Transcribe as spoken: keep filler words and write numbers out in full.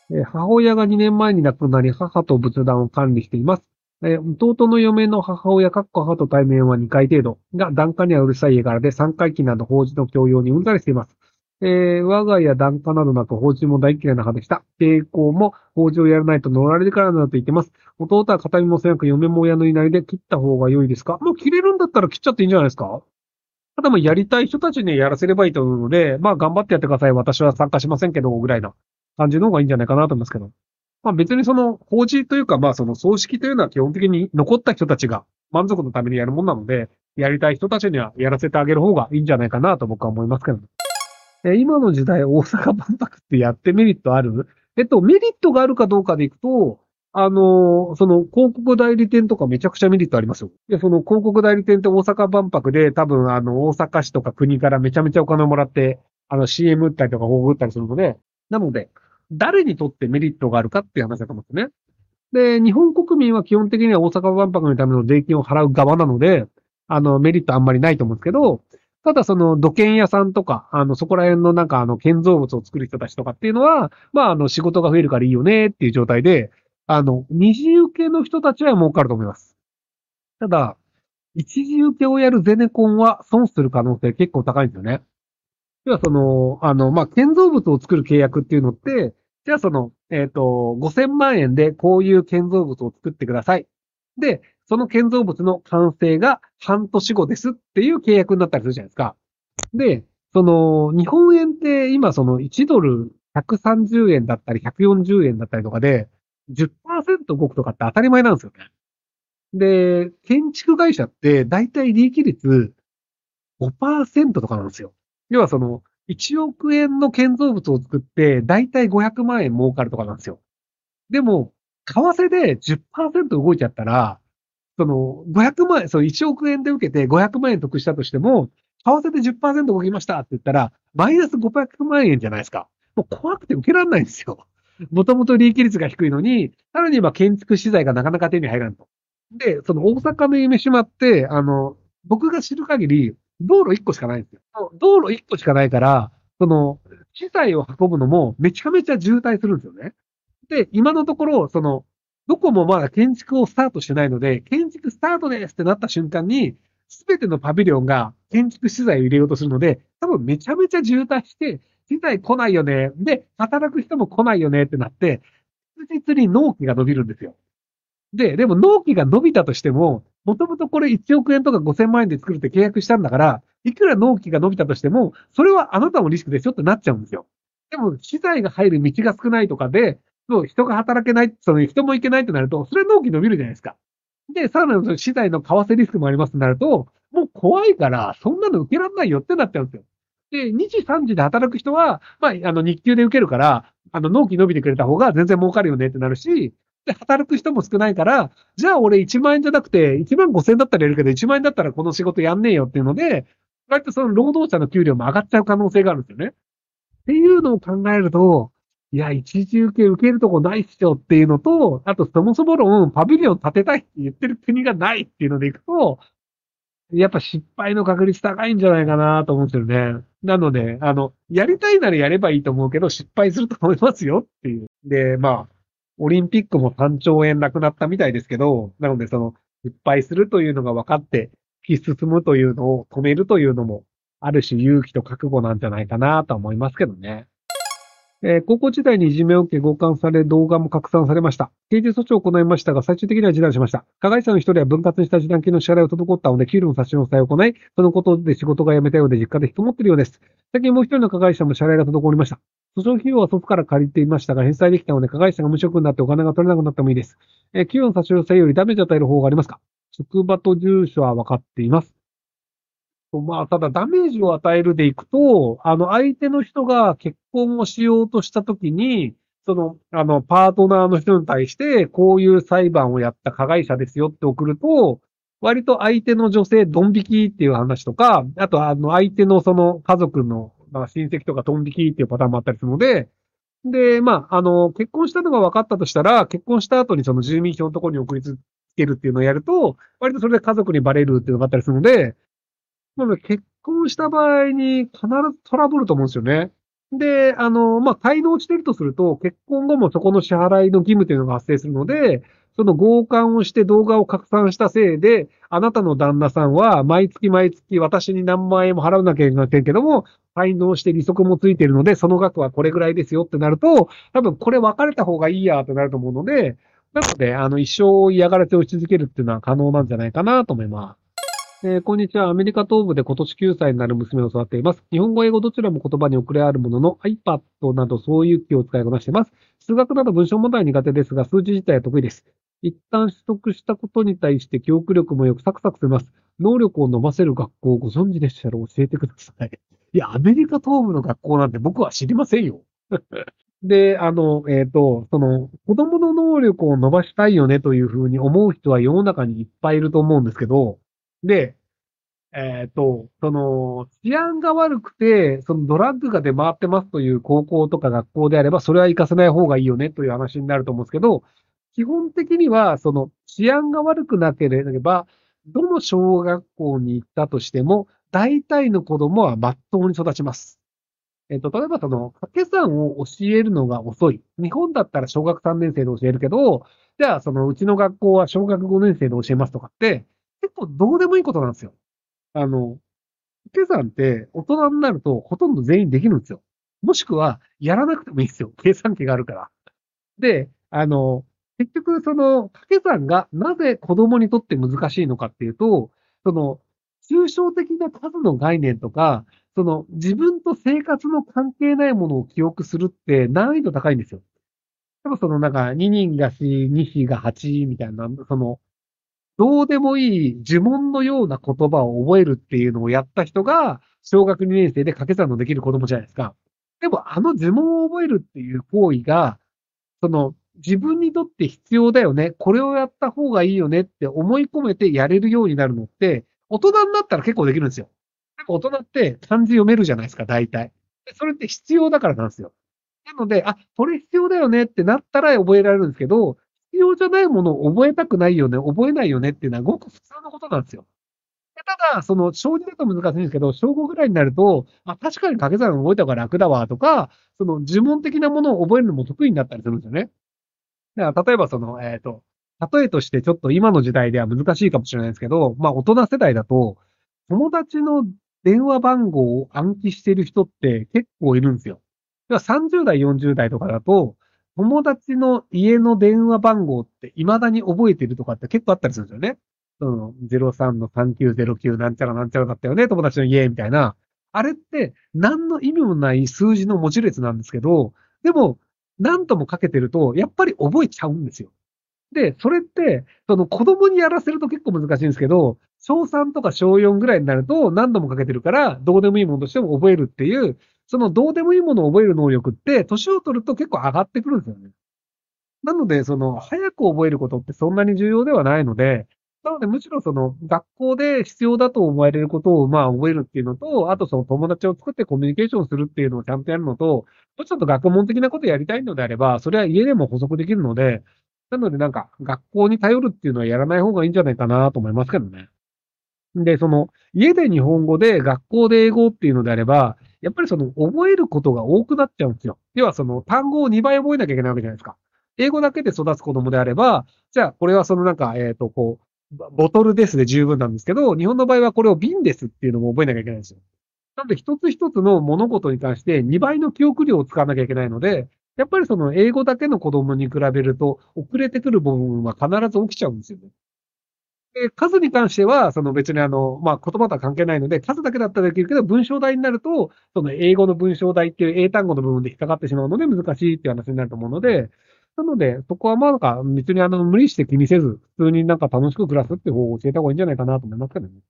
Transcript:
えー母親がにねんまえに亡くなり、母と仏壇を管理しています。えー弟の嫁の母親、かっこ母と対面はにかい程度が檀家にはうるさい家柄でさんかい忌など法事の強要にうんざりしています。えー我が家檀家などなく法事も大嫌いな派でした。抵抗も法事をやらないと乗られるからなどと言っています。弟は形見もせなく嫁も親のいないで切った方が良いですか？もう切れるんだったら切っちゃっていいんじゃないですか？ただまあやりたい人たちにやらせればいいと思うので、まあ頑張ってやってください。私は参加しませんけど、ぐらいな感じの方がいいんじゃないかなと思いますけど。まあ別にその法事というか、まあその葬式というのは基本的に残った人たちが満足のためにやるもんなので、やりたい人たちにはやらせてあげる方がいいんじゃないかなと僕は思いますけど。えー今の時代、大阪万博ってやってメリットある？えっと、メリットがあるかどうかでいくと、あのーその広告代理店とかめちゃくちゃメリットありますよ。で、その広告代理店って大阪万博で多分あの大阪市とか国からめちゃめちゃお金をもらって、あの シーエム 打ったりとか広告打ったりするので、なので、誰にとってメリットがあるかっていう話だと思うんですね。で、日本国民は基本的には大阪万博のための税金を払う側なので、あの、メリットあんまりないと思うんですけど、ただその土建屋さんとか、あの、そこら辺のなんかあの、建造物を作る人たちとかっていうのは、まあ、あの、仕事が増えるからいいよねっていう状態で、あの、二次受けの人たちは儲かると思います。ただ、一次受けをやるゼネコンは損する可能性結構高いんですよね。要はその、あの、まあ、建造物を作る契約っていうのって、じゃあその、えっと、ごせんまん円でこういう建造物を作ってください。で、その建造物の完成が半年後ですっていう契約になったりするじゃないですか。で、その、日本円って今そのいちドルひゃくさんじゅうえんだったりひゃくよんじゅうえんだったりとかで、じゅっパーセント動くとかって当たり前なんですよね。で、建築会社って大体利益率ごパーセントとかなんですよ。要はその、いちおく円の建造物を作って、だいたいごひゃくまん円儲かるとかなんですよ。でも、為替でじゅっパーセント動いちゃったら、その、ごひゃくまん円、そう、いちおく円で受けてごひゃくまん円得したとしても、為替でじゅっパーセント動きましたって言ったら、マイナスごひゃくまん円じゃないですか。もう怖くて受けられないんですよ。もともと利益率が低いのに、さらに今建築資材がなかなか手に入らんと。で、その大阪の夢島って、あの、僕が知る限り、道路いっこしかないんですよ。道路いっこしかないから、その、資材を運ぶのもめちゃめちゃ渋滞するんですよね。で、今のところ、その、どこもまだ建築をスタートしてないので、建築スタートですってなった瞬間に、すべてのパビリオンが建築資材を入れようとするので、多分めちゃめちゃ渋滞して、資材来ないよね。で、働く人も来ないよねってなって、確実に納期が伸びるんですよ。で、でも納期が伸びたとしても、もともとこれいちおく円とかごせんまん円で作るって契約したんだから、いくら納期が伸びたとしても、それはあなたもリスクですよってなっちゃうんですよ。でも、資材が入る道が少ないとかで、そう人が働けない、その人も行けないとなると、それは納期伸びるじゃないですか。で、さらにその資材の為替リスクもありますとなると、もう怖いから、そんなの受けられないよってなっちゃうんですよ。で、にじさんじで働く人は、まあ、あの、日給で受けるから、あの、納期伸びてくれた方が全然儲かるよねってなるし、で、働く人も少ないから、じゃあ俺いちまん円じゃなくて、いちまんごせん円だったらやるけど、いちまん円だったらこの仕事やんねえよっていうので、割とその労働者の給料も上がっちゃう可能性があるんですよね。っていうのを考えると、いや、一時受け受けるとこないっしょっていうのと、あとそもそも論、パビリオン建てたいって言ってる国がないっていうのでいくと、やっぱ失敗の確率高いんじゃないかなと思うんですよね。なので、あの、やりたいならやればいいと思うけど、失敗すると思いますよっていう。で、まあ、オリンピックもさんちょう円なくなったみたいですけど、なのでその、失敗するというのが分かって、突き進むというのを止めるというのも、ある種勇気と覚悟なんじゃないかなと思いますけどね。えー高校時代にいじめを受け強姦され、動画も拡散されました。刑事措置を行いましたが、最終的には示談しました。加害者の一人は分割にした示談金の支払いを滞ったので、給料の差し押さえを行い、そのことで仕事が辞めたようで実家で引きこもっているようです。最近もう一人の加害者も支払いが滞りました。訴訟費用は祖父から借りていましたが、返済できたので、加害者が無職になってお金が取れなくなってもいいです。えー給与の差し押さえよりダメージを与える方がありますか？職場と住所は分かっています。まあ、ただダメージを与えるでいくと、あの、相手の人が結婚をしようとしたときに、その、あの、パートナーの人に対して、こういう裁判をやった加害者ですよって送ると、割と相手の女性、ドン引きっていう話とか、あと、あの、相手のその家族の、まあ、親戚とかドン引きっていうパターンもあったりするので、で、まあ、あの、結婚したのが分かったとしたら、結婚した後にその住民票のところに送りつけるっていうのをやると、割とそれで家族にバレるっていうのがあったりするので、なので結婚した場合に必ずトラブルと思うんですよね。 で、あの、まあ、滞納してるとすると、結婚後もそこの支払いの義務というのが発生するので、その強姦をして動画を拡散したせいで、あなたの旦那さんは毎月毎月私に何万円も払わなきゃいけませんけども、滞納して利息もついているので、その額はこれぐらいですよってなると、多分これ別れた方がいいやってなると思うので、なので、あの、一生嫌がらせをし続けるっていうのは可能なんじゃないかなと思います。えーこんにちは。アメリカ東部で今年きゅうさいになる娘を育てています。日本語、英語どちらも言葉に遅れあるものの iPad などそういう機を使いこなしています。数学など文章問題は苦手ですが、数字自体は得意です。一旦取得したことに対して記憶力もよくサクサクします。能力を伸ばせる学校をご存知でしたら教えてください。いや、アメリカ東部の学校なんて僕は知りませんよ。で、あの、えっと、その、子供の能力を伸ばしたいよねというふうに思う人は世の中にいっぱいいると思うんですけど、で、えっと、その、治安が悪くて、そのドラッグが出回ってますという高校とか学校であれば、それは行かせない方がいいよねという話になると思うんですけど、基本的には、その、治安が悪くなければ、どの小学校に行ったとしても、大体の子供は真っ当に育ちます。えっと、例えばその、掛け算を教えるのが遅い。日本だったら小学さんねん生で教えるけど、じゃあそのうちの学校は小学ごねん生で教えますとかって、結構どうでもいいことなんですよ。あの、掛け算って大人になるとほとんど全員できるんですよ。もしくは、やらなくてもいいんですよ。計算機があるから。で、あの、結局その掛け算がなぜ子供にとって難しいのかっていうと、その、抽象的な数の概念とか、その自分と生活の関係ないものを記憶するって難易度高いんですよ。多分そのなんかににんがし、にひがはちみたいな、そのどうでもいい呪文のような言葉を覚えるっていうのをやった人が、小学にねん生で掛け算のできる子供じゃないですか。でも、あの呪文を覚えるっていう行為が、その、自分にとって必要だよね。これをやった方がいいよねって思い込めてやれるようになるのって、大人になったら結構できるんですよ。でも大人って漢字読めるじゃないですか、大体。それって必要だからなんですよ。なので、あ、これ必要だよねってなったら覚えられるんですけど、必要じゃないものを覚えたくないよね、覚えないよねっていうのはごく普通のことなんですよ。でただ、その、小児だと難しいんですけど、小ごぐらいになると、あ、確かに掛け算覚えた方が楽だわとか、その呪文的なものを覚えるのも得意になったりするんですよね。だから例えばその、えっと、例えとしてちょっと今の時代では難しいかもしれないですけど、まあ大人世代だと、友達の電話番号を暗記している人って結構いるんですよ。要はさんじゅう代、よんじゅう代とかだと、友達の家の電話番号って未だに覚えてるとかって結構あったりするんですよね。そのゼロさんのさんきゅうゼロきゅうなんちゃらなんちゃらだったよね、友達の家みたいな。あれって何の意味もない数字の文字列なんですけど、でも何ともかけてると、やっぱり覚えちゃうんですよ。で、それって、その子供にやらせると結構難しいんですけど、小さんとか小よんぐらいになると何度もかけてるから、どうでもいいものとしても覚えるっていう、そのどうでもいいものを覚える能力って、年を取ると結構上がってくるんですよね。なので、その、早く覚えることってそんなに重要ではないので、なので、むしろその、学校で必要だと思われることを、まあ、覚えるっていうのと、あとその友達を作ってコミュニケーションするっていうのをちゃんとやるのと、もうちょっと学問的なことやりたいのであれば、それは家でも補足できるので、なのでなんか、学校に頼るっていうのはやらない方がいいんじゃないかなと思いますけどね。で、その、家で日本語で学校で英語っていうのであれば、やっぱりその、覚えることが多くなっちゃうんですよ。要はその、単語をにばい覚えなきゃいけないわけじゃないですか。英語だけで育つ子供であれば、じゃあ、これはそのなんか、えっと、こう、ボトルですで十分なんですけど、日本の場合はこれを瓶ですっていうのも覚えなきゃいけないんですよ。なので、一つ一つの物事に関してにばいの記憶量を使わなきゃいけないので、やっぱりその英語だけの子供に比べると、遅れてくる部分は必ず起きちゃうんですよね。で、数に関しては、その別にあの、まあ、言葉とは関係ないので、数だけだったらできるけど、文章題になると、その英語の文章題っていう英単語の部分で引っかかってしまうので難しいっていう話になると思うので、なので、そこはまあなんか別にあの、無理して気にせず、普通になんか楽しく暮らすっていう方を教えた方がいいんじゃないかなと思いますけどね。